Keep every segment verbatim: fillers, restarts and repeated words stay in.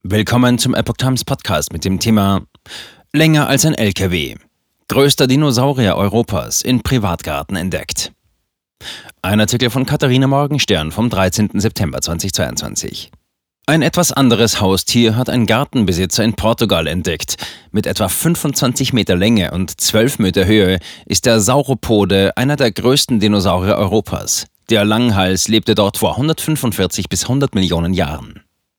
Willkommen zum Epoch Times Podcast mit dem Thema Länger als ein L K W. Größter Dinosaurier Europas in Privatgarten entdeckt. Ein Artikel von Katharina Morgenstern vom dreizehnten September zweitausendzweiundzwanzig. Ein etwas anderes Haustier hat ein Gartenbesitzer in Portugal entdeckt. Mit etwa fünfundzwanzig Meter Länge und zwölf Meter Höhe ist der Sauropode einer der größten Dinosaurier Europas. Der Langhals lebte dort vor hundertfünfundvierzig bis hundert Millionen Jahren.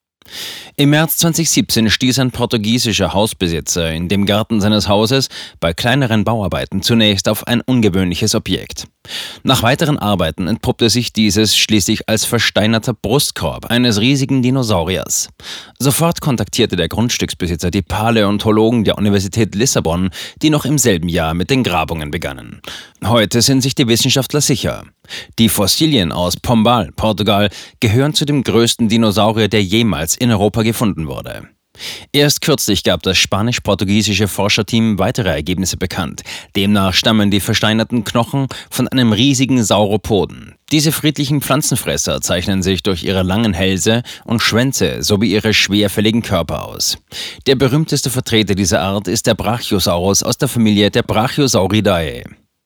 Im März zweitausendsiebzehn stieß ein portugiesischer Hausbesitzer in dem Garten seines Hauses bei kleineren Bauarbeiten zunächst auf ein ungewöhnliches Objekt. Nach weiteren Arbeiten entpuppte sich dieses schließlich als versteinerter Brustkorb eines riesigen Dinosauriers. Sofort kontaktierte der Grundstücksbesitzer die Paläontologen der Universität Lissabon, die noch im selben Jahr mit den Grabungen begannen. Heute sind sich die Wissenschaftler sicher. Die Fossilien aus Pombal, Portugal, gehören zu dem größten Dinosaurier, der jemals in Europa gefunden wurde. Erst kürzlich gab das spanisch-portugiesische Forscherteam weitere Ergebnisse bekannt. Demnach stammen die versteinerten Knochen von einem riesigen Sauropoden. Diese friedlichen Pflanzenfresser zeichnen sich durch ihre langen Hälse und Schwänze sowie ihre schwerfälligen Körper aus. Der berühmteste Vertreter dieser Art ist der Brachiosaurus aus der Familie der Brachiosauridae.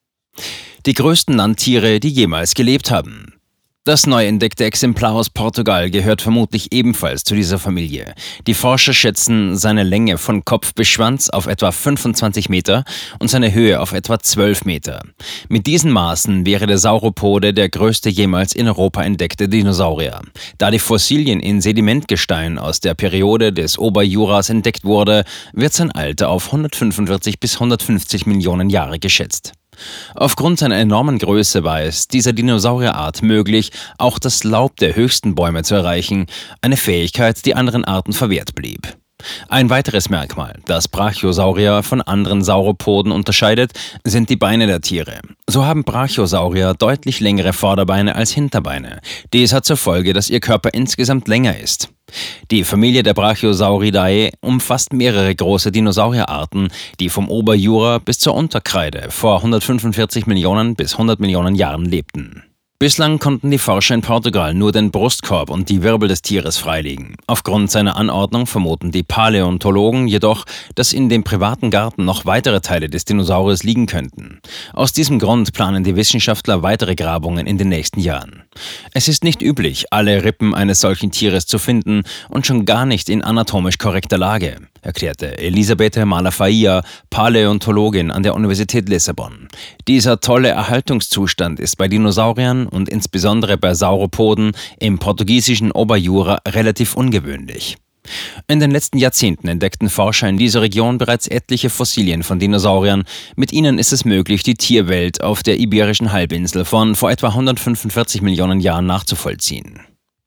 Die größten Landtiere, die jemals gelebt haben. Das neu entdeckte Exemplar aus Portugal gehört vermutlich ebenfalls zu dieser Familie. Die Forscher schätzen seine Länge von Kopf bis Schwanz auf etwa fünfundzwanzig Meter und seine Höhe auf etwa zwölf Meter. Mit diesen Maßen wäre der Sauropode der größte jemals in Europa entdeckte Dinosaurier. Da die Fossilien in Sedimentgestein aus der Periode des Oberjuras entdeckt wurde, wird sein Alter auf hundertfünfundvierzig bis hundertfünfzig Millionen Jahre geschätzt. Aufgrund seiner enormen Größe war es dieser Dinosaurierart möglich, auch das Laub der höchsten Bäume zu erreichen, eine Fähigkeit, die anderen Arten verwehrt blieb. Ein weiteres Merkmal, das Brachiosaurier von anderen Sauropoden unterscheidet, sind die Beine der Tiere. So haben Brachiosaurier deutlich längere Vorderbeine als Hinterbeine. Dies hat zur Folge, dass ihr Körper insgesamt länger ist. Die Familie der Brachiosauridae umfasst mehrere große Dinosaurierarten, die vom Oberjura bis zur Unterkreide vor hundertfünfundvierzig Millionen bis hundert Millionen Jahren lebten. Bislang konnten die Forscher in Portugal nur den Brustkorb und die Wirbel des Tieres freilegen. Aufgrund seiner Anordnung vermuten die Paläontologen jedoch, dass in dem privaten Garten noch weitere Teile des Dinosauriers liegen könnten. Aus diesem Grund planen die Wissenschaftler weitere Grabungen in den nächsten Jahren. Es ist nicht üblich, alle Rippen eines solchen Tieres zu finden und schon gar nicht in anatomisch korrekter Lage, erklärte Elisabetta Malafaia, Paläontologin an der Universität Lissabon. Dieser tolle Erhaltungszustand ist bei Dinosauriern und insbesondere bei Sauropoden im portugiesischen Oberjura relativ ungewöhnlich. In den letzten Jahrzehnten entdeckten Forscher in dieser Region bereits etliche Fossilien von Dinosauriern. Mit ihnen ist es möglich, die Tierwelt auf der Iberischen Halbinsel von vor etwa hundertfünfundvierzig Millionen Jahren nachzuvollziehen.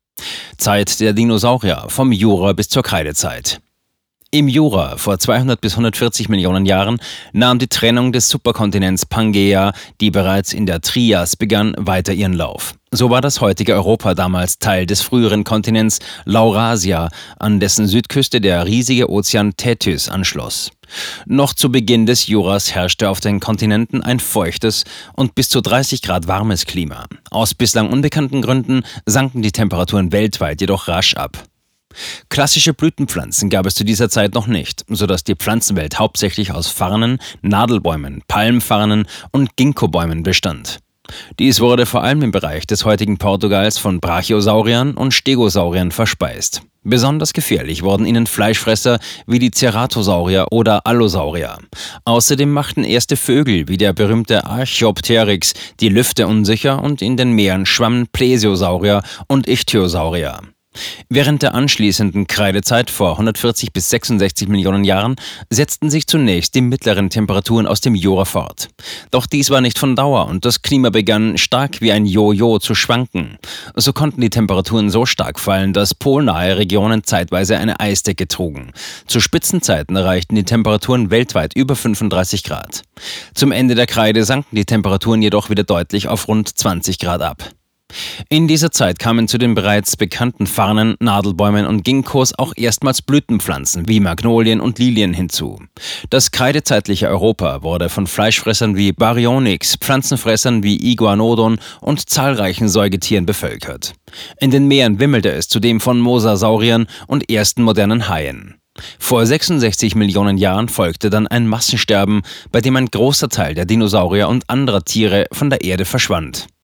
Zeit der Dinosaurier vom Jura bis zur Kreidezeit. Im Jura vor zweihundert bis hundertvierzig Millionen Jahren nahm die Trennung des Superkontinents Pangaea, die bereits in der Trias begann, weiter ihren Lauf. So war das heutige Europa damals Teil des früheren Kontinents Laurasia, an dessen Südküste der riesige Ozean Tethys anschloss. Noch zu Beginn des Juras herrschte auf den Kontinenten ein feuchtes und bis zu dreißig Grad warmes Klima. Aus bislang unbekannten Gründen sanken die Temperaturen weltweit jedoch rasch ab. Klassische Blütenpflanzen gab es zu dieser Zeit noch nicht, sodass die Pflanzenwelt hauptsächlich aus Farnen, Nadelbäumen, Palmfarnen und Ginkgobäumen bestand. Dies wurde vor allem im Bereich des heutigen Portugals von Brachiosauriern und Stegosauriern verspeist. Besonders gefährlich wurden ihnen Fleischfresser wie die Ceratosaurier oder Allosaurier. Außerdem machten erste Vögel wie der berühmte Archaeopteryx die Lüfte unsicher und in den Meeren schwammen Plesiosaurier und Ichthyosaurier. Während der anschließenden Kreidezeit vor hundertvierzig bis sechsundsechzig Millionen Jahren setzten sich zunächst die mittleren Temperaturen aus dem Jura fort. Doch dies war nicht von Dauer und das Klima begann stark wie ein Jojo zu schwanken. So konnten die Temperaturen so stark fallen, dass polnahe Regionen zeitweise eine Eisdecke trugen. Zu Spitzenzeiten erreichten die Temperaturen weltweit über fünfunddreißig Grad. Zum Ende der Kreide sanken die Temperaturen jedoch wieder deutlich auf rund zwanzig Grad ab. In dieser Zeit kamen zu den bereits bekannten Farnen, Nadelbäumen und Ginkgos auch erstmals Blütenpflanzen wie Magnolien und Lilien hinzu. Das kreidezeitliche Europa wurde von Fleischfressern wie Baryonyx, Pflanzenfressern wie Iguanodon und zahlreichen Säugetieren bevölkert. In den Meeren wimmelte es zudem von Mosasauriern und ersten modernen Haien. Vor sechsundsechzig Millionen Jahren folgte dann ein Massensterben, bei dem ein großer Teil der Dinosaurier und anderer Tiere von der Erde verschwand.